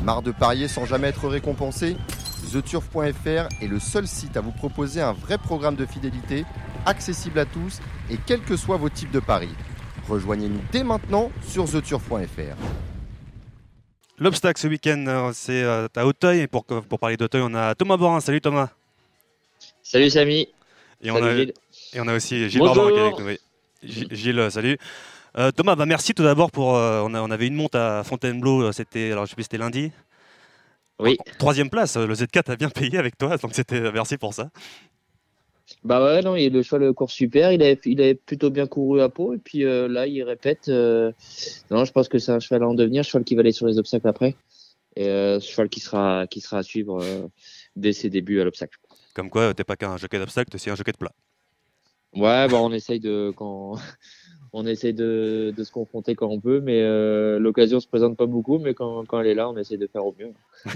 Marre de parier sans jamais être récompensé ? TheTurf.fr est le seul site à vous proposer un vrai programme de fidélité, accessible à tous et quels que soient vos types de paris. Rejoignez-nous dès maintenant sur TheTurf.fr. L'obstacle ce week-end, c'est à Auteuil. Et pour parler d'Auteuil, on a Thomas Borin. Salut Thomas. Salut Samy. Salut Gilles. Et on a aussi Gilles Barbarin qui est avec nous. Oui. Gilles, salut. Thomas, merci tout d'abord pour. On avait une monte à Fontainebleau, c'était, alors je sais plus, c'était lundi. Oui. Troisième place, le Z4 a bien payé avec toi, donc merci pour ça. Bah ouais, non, le cheval court super, il avait plutôt bien couru à Pau, et puis là, il répète. Non, je pense que c'est un cheval à en devenir, cheval qui va aller sur les obstacles après, et cheval qui sera à suivre dès ses débuts à l'obstacle. Comme quoi, t'es pas qu'un jockey d'obstacle, t'es aussi un jockey de plat. Ouais, on essaye on essaye de se confronter quand on peut, mais l'occasion se présente pas beaucoup, mais quand elle est là, on essaye de faire au mieux.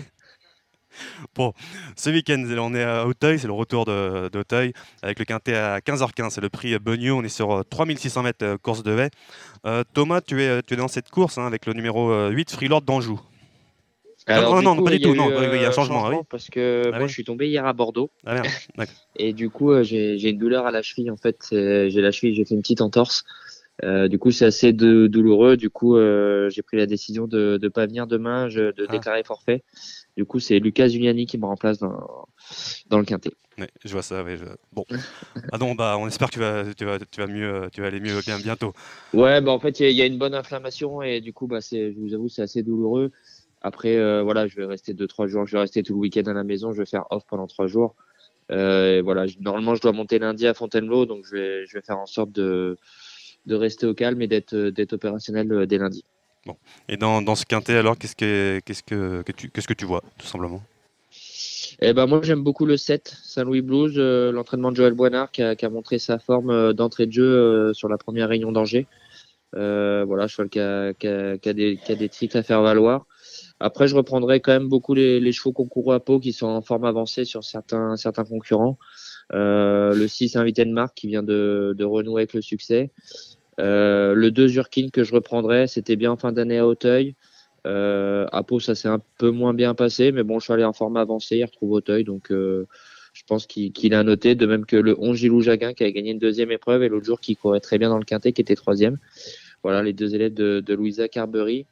Bon, ce week-end, on est à Auteuil, c'est le retour d'Auteuil, avec le quintet à 15h15, c'est le prix Beugnot, on est sur 3600 mètres course de haie. Thomas, tu es dans cette course avec le numéro 8, Freelord d'Anjou. Alors, non, pas du tout, il y a un changement. Oui. Parce que moi, je suis tombé hier à Bordeaux. Ah merde, d'accord. Et du coup, j'ai une douleur à la cheville. En fait, j'ai fait une petite entorse. Du coup, c'est assez douloureux. Du coup, j'ai pris la décision de ne pas venir demain, de déclarer forfait. Du coup, c'est Lucas Giuliani qui me remplace dans le quintet. Oui, je vois ça. Oui, Bon, on espère que tu vas mieux, tu vas aller mieux bientôt. Ouais, en fait, il y a une bonne inflammation et du coup, je vous avoue, c'est assez douloureux. Après, je vais rester 2-3 jours. Je vais rester tout le week-end à la maison. Je vais faire off pendant 3 jours. Normalement, je dois monter lundi à Fontainebleau, donc je vais faire en sorte de rester au calme et d'être opérationnel dès lundi. Bon. Et dans ce quintet, alors, qu'est-ce que tu vois, tout simplement? Moi, j'aime beaucoup le 7, Saint-Louis Blues, l'entraînement de Joël Boinard qui a montré sa forme d'entrée de jeu sur la première réunion d'Angers. Cheval qui a des titres à faire valoir. Après, je reprendrai quand même beaucoup les chevaux concourus à Pau qui sont en forme avancée sur certains concurrents. Le 6, Invité de Marque qui vient de renouer avec le succès. Le 2, Zurkin que je reprendrai, c'était bien en fin d'année à Auteuil. À Pau, ça s'est un peu moins bien passé, mais bon, je suis allé en forme avancée, il retrouve Auteuil, donc je pense qu'il a noté, de même que le 11 Gilou Jaguin qui a gagné une deuxième épreuve et l'autre jour qui courait très bien dans le quintet, qui était troisième. Voilà, les deux élèves de Louisa Carberry.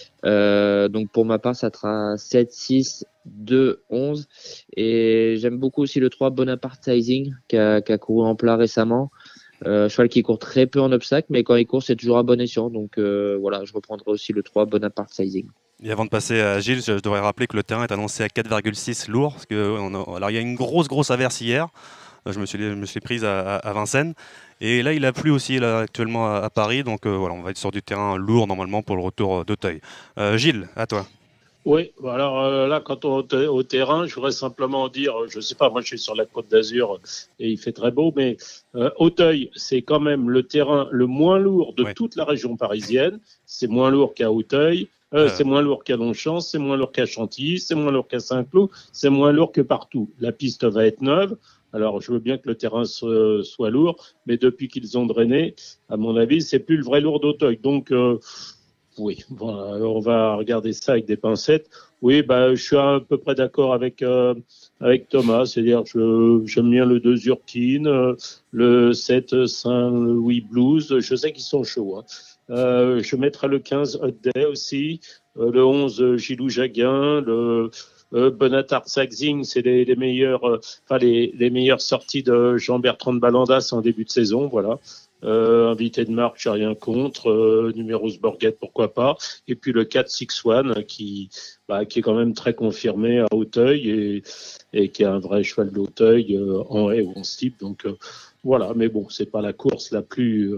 Donc pour ma part, ça sera 7, 6, 2, 11. Et j'aime beaucoup aussi le 3 Bonaparte Sizing qui a couru en plat récemment. Cheval qui court très peu en obstacle, mais quand il court, c'est toujours à bon escient. Donc je reprendrai aussi le 3 Bonaparte Sizing. Et avant de passer à Gilles, je devrais rappeler que le terrain est annoncé à 4,6 lourd. Parce que, alors il y a une grosse averse hier. Je me suis prise à Vincennes. Et là, il a plu aussi là, actuellement à Paris. Donc on va être sur du terrain lourd normalement pour le retour d'Auteuil. Gilles, à toi. Oui, alors là, quand on est au terrain, je voudrais simplement dire, je sais pas, moi je suis sur la Côte d'Azur et il fait très beau, mais Auteuil, c'est quand même le terrain le moins lourd de toute la région parisienne. C'est moins lourd qu'à Auteuil, c'est moins lourd qu'à Longchamp, c'est moins lourd qu'à Chantilly, c'est moins lourd qu'à Saint-Cloud, c'est moins lourd que partout. La piste va être neuve. Alors, je veux bien que le terrain soit lourd, mais depuis qu'ils ont drainé, à mon avis, c'est plus le vrai lourd d'Auteuil. Donc, oui, on va regarder ça avec des pincettes. Oui, je suis à peu près d'accord avec Thomas, c'est-à-dire j'aime bien le 2 Zurkin, le 7 Saint-Louis Blues, je sais qu'ils sont chauds. Je mettrai le 15 Hot Day aussi, le 11 Gilou Jaguin, le Bonaparte Sizing, c'est les meilleures, les meilleures sorties de Jean-Bertrand de Ballandas en début de saison, voilà. Invité de marque, j'ai rien contre. Numéro Borgette, pourquoi pas. Et puis le 4 Six One qui est quand même très confirmé à Auteuil et qui est un vrai cheval d'Auteuil en haie ou en steep. Donc voilà, mais bon, c'est pas la course la plus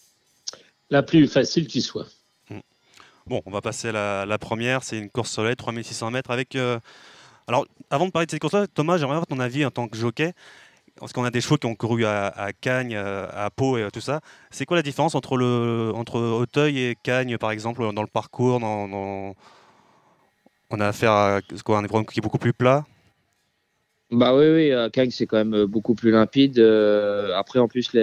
facile qui soit. Bon, on va passer à la première. C'est une course soleil, 3600 mètres avec. Alors, avant de parler de cette course-là, Thomas, j'aimerais avoir ton avis en tant que jockey. Parce qu'on a des chevaux qui ont couru à Cagnes, à Pau et tout ça. C'est quoi la différence entre Auteuil et Cagnes, par exemple, dans le parcours on a affaire à un événement qui est beaucoup plus plat. Oui, à Cagnes, c'est quand même beaucoup plus limpide. Après, en plus,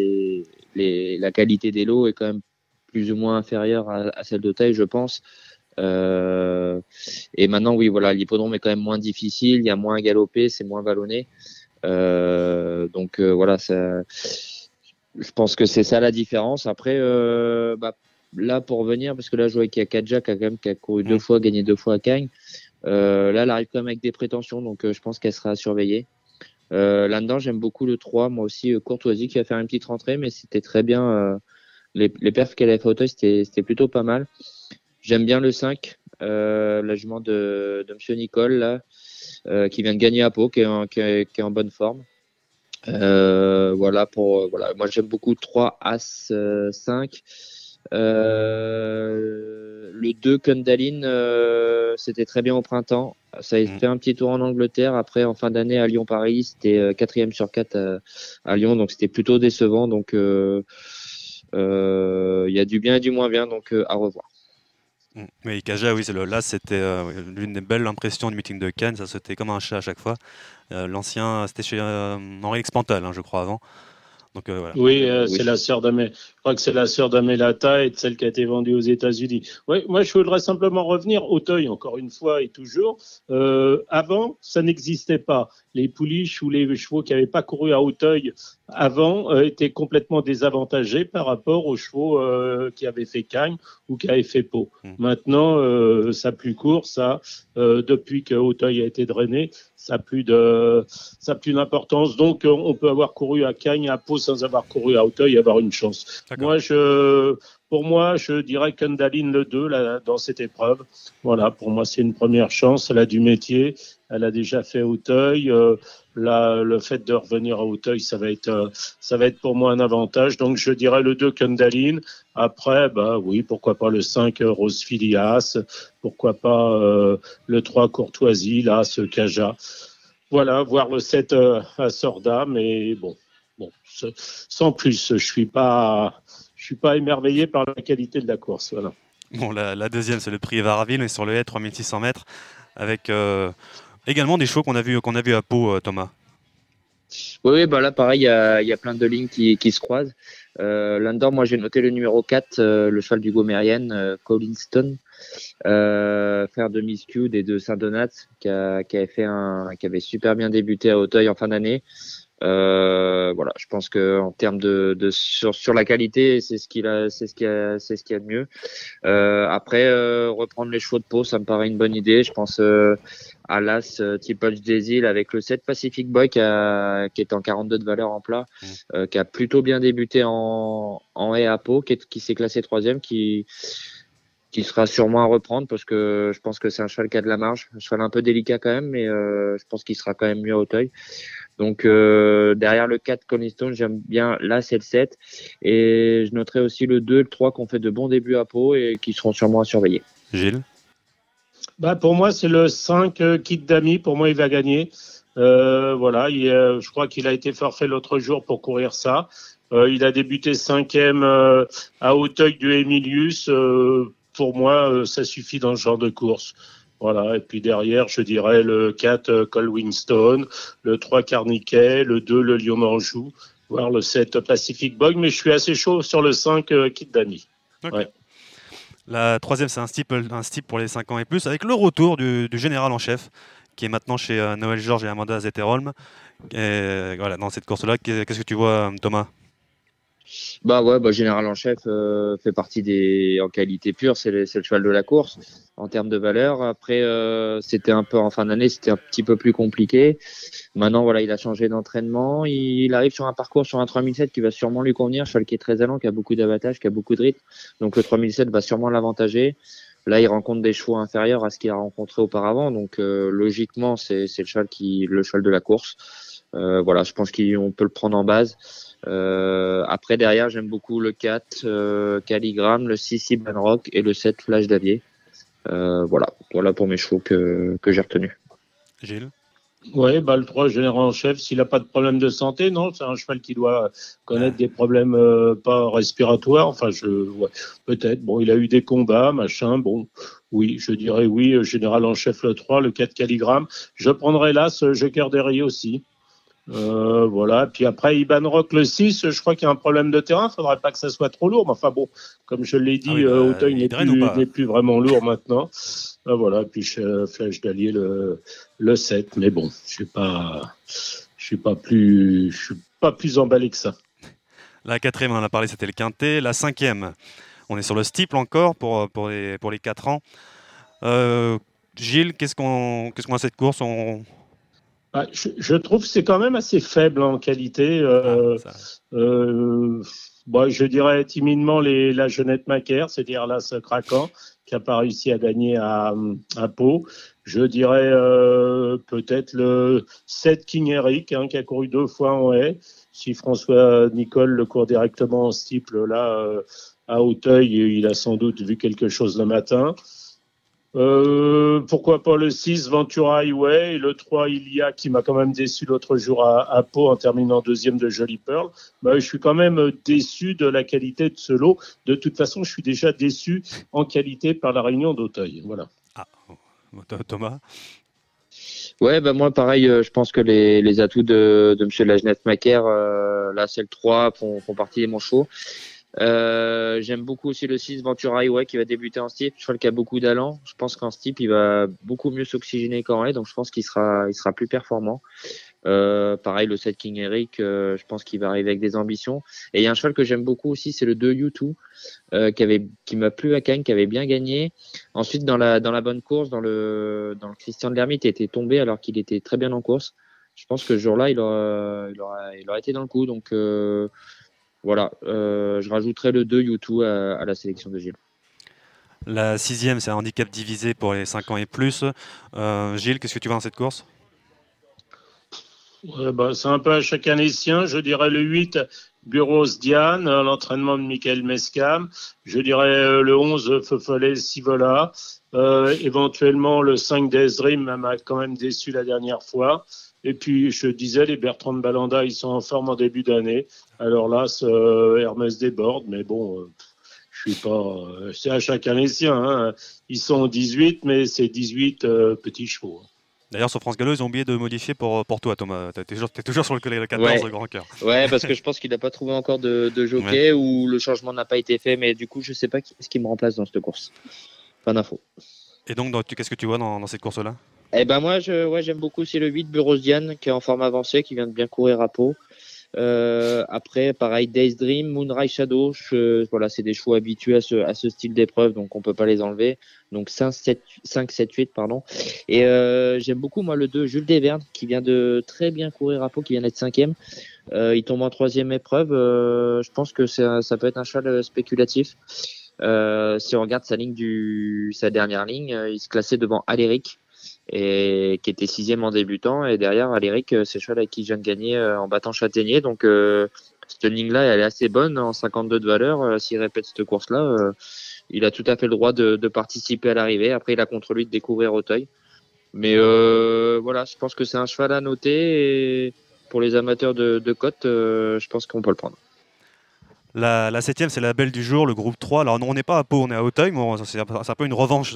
la qualité des lots est quand même plus ou moins inférieure à celle d'Auteuil, je pense. Et maintenant, oui, voilà, l'hippodrome est quand même moins difficile, il y a moins à galoper, c'est moins vallonné. Donc voilà, ça, je pense que c'est ça la différence. Après, là pour revenir, parce que là, je vois qu'il y a Kadja qui a couru 2 fois, gagné 2 fois à Cagnes. Là, elle arrive quand même avec des prétentions, donc je pense qu'elle sera surveillée. Là-dedans, j'aime beaucoup le 3, moi aussi, Courtoisie qui va faire une petite rentrée, mais c'était très bien. Les perfs qu'elle avait fait au Auteuil, c'était plutôt pas mal. J'aime bien le 5, la jument de Monsieur Nicole, là, qui vient de gagner à Pau, qui est en bonne forme. Voilà, moi j'aime beaucoup 3, As, 5. Le 2, Kundaline, c'était très bien au printemps. Ça a fait un petit tour en Angleterre. Après, en fin d'année à Lyon-Paris, c'était 4e sur 4 à Lyon, donc c'était plutôt décevant. Donc il y a du bien et du moins bien, donc à revoir. Oui, Kaja, oui, là c'était l'une des belles impressions du meeting de Cannes, ça sautait comme un chat à chaque fois. L'ancien, c'était chez Henri Expantal, je crois, avant. Donc, voilà. Oui, c'est la sœur je crois que c'est la sœur d'Amelata et de celle qui a été vendue aux États-Unis. Oui, moi je voudrais simplement revenir au Auteuil encore une fois et toujours. Avant, ça n'existait pas. Les pouliches ou les chevaux qui n'avaient pas couru à Auteuil avant étaient complètement désavantagés par rapport aux chevaux qui avaient fait Cagnes ou qui avaient fait Pau. Maintenant, ça plus court, ça depuis que Auteuil a été drainé, ça n'a plus d'importance. Donc, on peut avoir couru à Cagnes, à Pau, sans avoir couru à Auteuil et avoir une chance. Pour moi, je dirais Kundaline le 2 là, dans cette épreuve. Voilà, pour moi, c'est une première chance. Elle a du métier. Elle a déjà fait Auteuil. Là, le fait de revenir à Auteuil, ça va être pour moi un avantage. Donc, je dirais le 2 Kundaline. Après, oui, pourquoi pas le 5 Rose Filias. Pourquoi pas le 3 Courtoisie, là, ce Kaja. Voilà, voir le 7 à Sorda. Mais bon, sans plus, je suis pas émerveillé par la qualité de la course. Voilà. Bon, la deuxième, c'est le prix Varaville, et sur le haies, 3600 mètres, avec également des chevaux qu'on a vu à Pau, Thomas. Oui, là, pareil, il y a plein de lignes qui se croisent. Là-dedans, moi, j'ai noté le numéro 4, le cheval du Gomérienne, Collinston, frère de Miss Cute et de Saint-Donat, qui avait super bien débuté à Auteuil en fin d'année. Voilà, je pense que en termes sur la qualité, c'est ce qu'il y a de mieux. Après, reprendre les chevaux de Pau, ça me paraît une bonne idée. Je pense à l'As Tipage des Îles avec le 7 Pacific Boy qui est en 42 de valeur en plat, qui a plutôt bien débuté en haie à Pau, qui s'est classé 3e, qui sera sûrement à reprendre parce que je pense que c'est un cheval qui a de la marge, un cheval un peu délicat quand même, mais je pense qu'il sera quand même mieux à Auteuil. Donc derrière le 4 Collinston, j'aime bien là c'est le 7 et je noterai aussi le 2 et le 3 qui ont fait de bons débuts à Pau et qui seront sûrement à surveiller. Gilles? Pour moi c'est le 5 Kit Dami, pour moi il va gagner. Voilà, je crois qu'il a été forfait l'autre jour pour courir ça. Il a débuté 5e à Auteuil du Emilius. Pour moi ça suffit dans ce genre de course. Voilà, et puis derrière, je dirais le 4 Colwinston, le 3 Carniquet, le 2 le Lion d'Anjou, voire le 7 Pacific Boy, mais je suis assez chaud sur le 5 Kit Dami. Okay. Ouais. La troisième, c'est un steeple pour les 5 ans et plus, avec le retour du général en chef, qui est maintenant chez Noël Georges et Amanda Zetterholm. Et voilà, dans cette course-là, qu'est-ce que tu vois, Thomas? Général en chef fait partie en qualité pure, c'est le cheval de la course en termes de valeur. Après, c'était un peu en fin d'année, c'était un petit peu plus compliqué. Maintenant, voilà, il a changé d'entraînement. Il arrive sur un parcours sur un 3007 qui va sûrement lui convenir. Cheval qui est très allant, qui a beaucoup d'abattage, qui a beaucoup de rythme. Donc le 3007 va sûrement l'avantager. Là, il rencontre des chevaux inférieurs à ce qu'il a rencontré auparavant. Donc logiquement, c'est le cheval de la course. Voilà, je pense qu'on peut le prendre en base. Après, derrière, j'aime beaucoup le 4 Caligram, le 6 Iban Rock et le 7 Flash d'Avier. Voilà pour mes chevaux que j'ai retenus. Gilles? Oui, le 3 général en chef, s'il n'a pas de problème de santé, non, c'est un cheval qui doit connaître des problèmes pas respiratoires. Enfin, peut-être. Bon, il a eu des combats, machin. Bon, oui, je dirais oui, général en chef le 3, le 4 Caligram. Je prendrai là ce Joker d'Herrier aussi. Voilà. Puis après, Iban Rock, le 6, je crois qu'il y a un problème de terrain. Il ne faudrait pas que ça soit trop lourd. Mais enfin bon, comme je l'ai dit, Auteuil n'est plus vraiment lourd maintenant. Voilà. Puis Flèche d'Allier, le 7. Mais bon, je suis pas plus emballé que ça. La 4e, on en a parlé, c'était le Quintet. La 5e, on est sur le steeple encore pour les 4 ans. Gilles, qu'est-ce qu'on a cette course? Je trouve que c'est quand même assez faible en qualité. Je dirais timidement la Jeunette Macaire, c'est-à-dire là ce craquant qui n'a pas réussi à gagner à Pau. Je dirais peut-être le 7 King Eric, qui a couru 2 fois en haie. Si François Nicole le court directement en steeple là à Auteuil, il a sans doute vu quelque chose le matin. Pourquoi pas le 6 Ventura Highway et le 3 Ilia qui m'a quand même déçu l'autre jour à Pau en terminant 2e de Jolly Pearl. Je suis quand même déçu de la qualité de ce lot. De toute façon, je suis déjà déçu en qualité par la Réunion d'Auteuil. Voilà. Thomas? Ouais, moi pareil, je pense que les atouts de Monsieur Lagenette Macaire, là c'est le 3, font partie des manchots. J'aime beaucoup aussi le 6 Ventura Highway qui va débuter en steep. Je crois qu'il a beaucoup d'allant. Je pense qu'en steep, il va beaucoup mieux s'oxygéner qu'en haie, donc je pense qu'il sera plus performant. Pareil, le 7 King Eric, je pense qu'il va arriver avec des ambitions. Et il y a un cheval que j'aime beaucoup aussi, c'est le 2 U2, qui m'a plu à Cannes, qui avait bien gagné. Ensuite, dans la bonne course, dans le Christian de l'Hermite, il était tombé alors qu'il était très bien en course. Je pense que ce jour-là, il aura été dans le coup. Donc, voilà, je rajouterai le 2 U2 à la sélection de Gilles. La 6e, c'est un handicap divisé pour les 5 ans et plus. Gilles, qu'est-ce que tu vois dans cette course? C'est un peu à chacun les siens. Je dirais le 8, Bureau Diane, l'entraînement de Michael Mescam. Je dirais le 11, Feufollet Sivola. Éventuellement le 5, Death Dream m'a quand même déçu la dernière fois. Et puis, je disais, les Bertrand de Balanda, ils sont en forme en début d'année. Alors là, Hermès déborde, mais bon, je suis pas... c'est à chacun les siens. Hein. Ils sont 18, mais c'est 18 petits chevaux. D'ailleurs, sur France Gallo, ils ont oublié de modifier pour toi, Thomas. T'es toujours sur le 14 de Grand Cœur. Ouais, parce que je pense qu'il n'a pas trouvé encore de jockey ou le changement n'a pas été fait. Mais du coup, je ne sais pas ce qui me remplace dans cette course. Pas d'info. Et donc, qu'est-ce que tu vois dans cette course-là? Moi, j'aime beaucoup aussi le 8, Bureau Diane, qui est en forme avancée, qui vient de bien courir à Pau. Après, pareil, Days Dream, Moonrise Shadow, voilà, c'est des chevaux habitués à ce style d'épreuve, donc on peut pas les enlever. Donc 5, 7, 8, pardon. Et j'aime beaucoup, moi, le 2, Jules Desvernes, qui vient de très bien courir à Pau, qui vient d'être 5e. Il tombe en 3e épreuve. Je pense que ça peut être un cheval spéculatif. Si on regarde sa dernière ligne, il se classait devant Aléric, et qui était 6e en débutant, et derrière Aléric, c'est le cheval avec qui je viens de gagner en battant Châtaignier. Donc cette ligne-là, elle est assez bonne en 52 de valeur. S'il répète cette course-là, il a tout à fait le droit de participer à l'arrivée. Après, il a contre lui de découvrir Auteuil. Mais voilà, je pense que c'est un cheval à noter, et pour les amateurs de cote, je pense qu'on peut le prendre. La 7e, c'est la belle du jour, le groupe 3. Alors, non, on n'est pas à Pau, on est à Auteuil. Bon, c'est un peu une revanche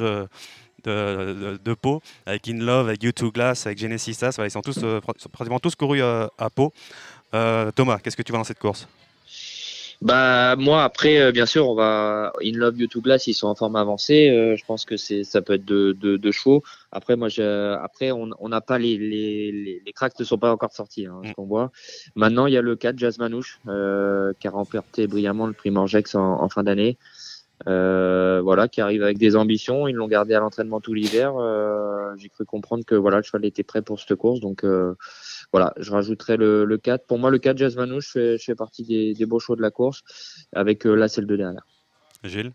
de Pau, avec In Love, avec U2 Glass, avec Genesis As. Voilà, ils sont pratiquement tous courus à Pau. Thomas, qu'est-ce que tu vois dans cette course? Moi, après, bien sûr, on va In Love, U2 Glass, ils sont en forme avancée. Je pense que ça peut être de chevaux. Après, on n'a pas les cracks ne sont pas encore sortis, ce qu'on voit. Maintenant, il y a le 4, Jazz Manouche, qui a remporté brillamment le prix Morgex en fin d'année. Voilà, qui arrive avec des ambitions. Ils l'ont gardé à l'entraînement tout l'hiver. J'ai cru comprendre que voilà, le cheval était prêt pour cette course. Donc voilà, je rajouterai le 4. Pour moi, le 4, Jazz Manouche, je fais partie des beaux chevaux de la course, avec la selle de derrière. Gilles?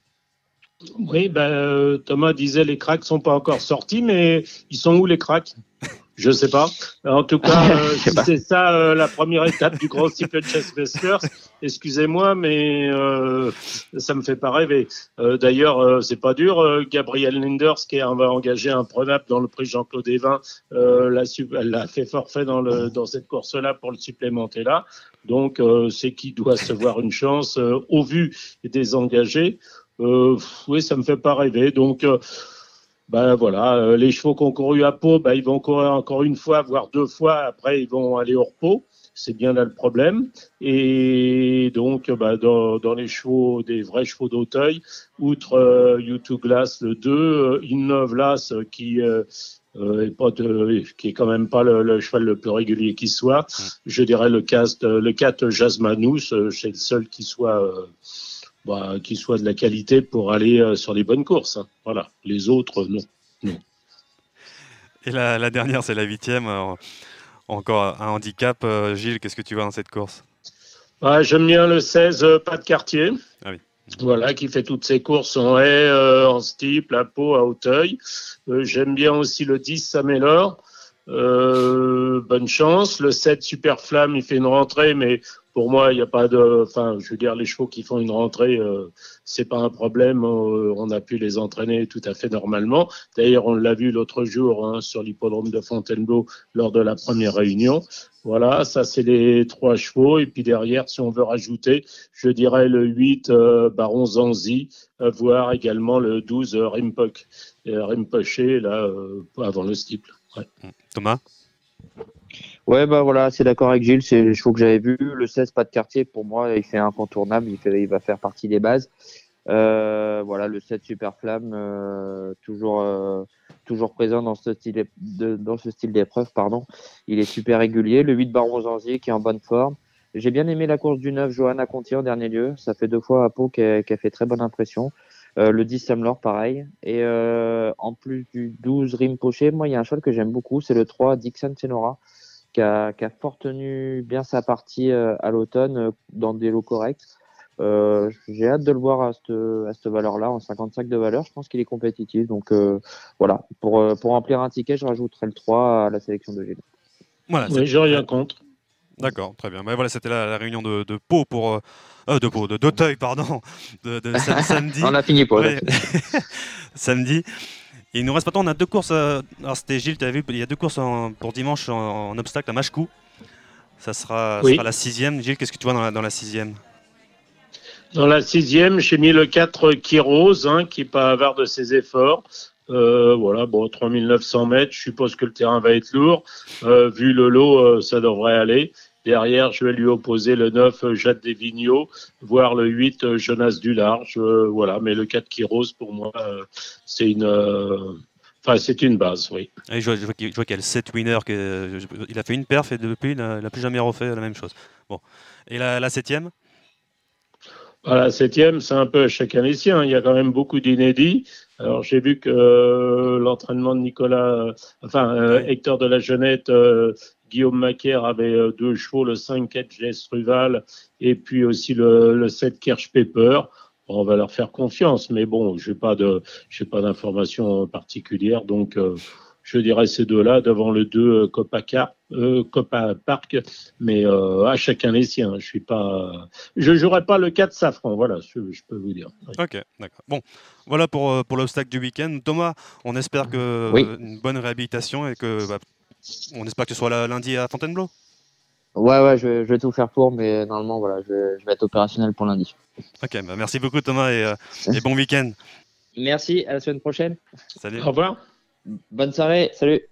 Oui, Thomas disait les cracks sont pas encore sortis, mais ils sont où les cracks? Je sais pas. En tout cas, si c'est ça la première étape du Grand Steeple Chase Masters, excusez-moi, mais ça me fait pas rêver. D'ailleurs, c'est pas dur. Gabriel Linders, qui va engager un prenable dans le prix Jean-Claude Evin, elle a fait forfait dans cette course-là pour le supplémenter là. Donc, c'est qui doit se voir une chance au vu des engagés. Oui, ça me fait pas rêver. Donc, Ben voilà, les chevaux qui ont couru à Pau, ben, ils vont courir encore une fois, voire 2 fois. Après, ils vont aller au repos. C'est bien là le problème. Et donc, ben, dans les chevaux, des vrais chevaux d'Auteuil, outre U2 Glass, le 2, Innove Las, qui est quand même pas le cheval le plus régulier qui soit. Je dirais le 4 Jasmanous, c'est le seul qui soit de la qualité pour aller sur les bonnes courses. Hein. Voilà. Les autres, non. Et la dernière, c'est la 8e. Encore un handicap. Gilles, qu'est-ce que tu vois dans cette course? J'aime bien le 16, pas de quartier. Ah oui. Voilà, qui fait toutes ses courses en haie, en steeple, à Pau, à Auteuil. J'aime bien aussi le 10, Saméliore. Bonne chance. Le 7, Super Flamme, il fait une rentrée, mais pour moi, il n'y a pas de... Enfin, je veux dire, les chevaux qui font une rentrée, c'est pas un problème. On a pu les entraîner tout à fait normalement. D'ailleurs, on l'a vu l'autre jour sur l'hippodrome de Fontainebleau lors de la première réunion. Voilà, ça c'est les 3 chevaux. Et puis derrière, si on veut rajouter, je dirais le 8, Baron Zanzi, voire également le 12, Rimpoché, là, avant le steeple. Ouais. Thomas? Ouais, bah voilà, c'est d'accord avec Gilles, c'est les chevaux que j'avais vus. Le 16, pas de quartier, pour moi, il fait incontournable, il va faire partie des bases. Voilà, le 7 Super Flamme, toujours présent dans ce style d'épreuve, pardon. Il est super régulier. Le 8 Baron Zanzier qui est en bonne forme. J'ai bien aimé la course du 9 Johanna Conti en dernier lieu. Ça fait 2 fois à Pau qui a fait très bonne impression. Le 10 Samlor, pareil. Et en plus du 12 Rimpoché, moi, il y a un cheval que j'aime beaucoup, c'est le 3 Dixon Senora, qui a fort tenu bien sa partie à l'automne dans des lots corrects. J'ai hâte de le voir à cette valeur-là, en 55 de valeur. Je pense qu'il est compétitif. Donc voilà, pour remplir un ticket, je rajouterai le 3 à la sélection de Gilles. Voilà, oui, j'ai rien contre. D'accord, très bien. Mais voilà, c'était la réunion de Pau d'Auteuil, pardon, de samedi. On a fini pour ouais. Samedi. Et il nous reste pas tant, on a 2 courses. Alors c'était Gilles, tu as vu, il y a 2 courses pour dimanche en obstacle à Machecou. Ça sera la 6e. Gilles, qu'est-ce que tu vois dans la 6e? Dans la 6e, j'ai mis le 4 Kyrose, qui n'est pas avare de ses efforts. Voilà, bon, 3900 mètres, je suppose que le terrain va être lourd. Vu le lot, ça devrait aller. Derrière, je vais lui opposer le 9 Jade des Vigneaux, voire le 8 Jonas du Large. Voilà, mais le 4 Kyrose, pour moi, c'est une base, oui. Et je vois qu'il y a le 7 Winner, il a fait une perf et depuis, il n'a plus jamais refait la même chose. Bon. Et la 7e? La 7e, c'est un peu chacun les siens. Il y a quand même beaucoup d'inédits. Alors, j'ai vu que l'entraînement de Hector de la Jeunette, Guillaume Macaire avait 2 chevaux, le 5 GS Ruval et puis aussi le 7 Kirsch Pepper. On va leur faire confiance, mais bon, j'ai pas d'informations particulières, donc je dirais ces 2-là devant le 2 Copa Park, mais à chacun les siens. Je jouerai pas le 4 Safran, voilà, je peux vous dire. Oui. Ok, d'accord. Bon, voilà pour l'obstacle du week-end. Thomas, on espère que une bonne réhabilitation et que on espère que ce soit lundi à Fontainebleau. Ouais, je vais tout faire pour, mais normalement, voilà, je vais être opérationnel pour lundi. Ok, merci beaucoup Thomas et bon week-end. Merci, à la semaine prochaine. Salut. Au revoir. Bonne soirée, salut.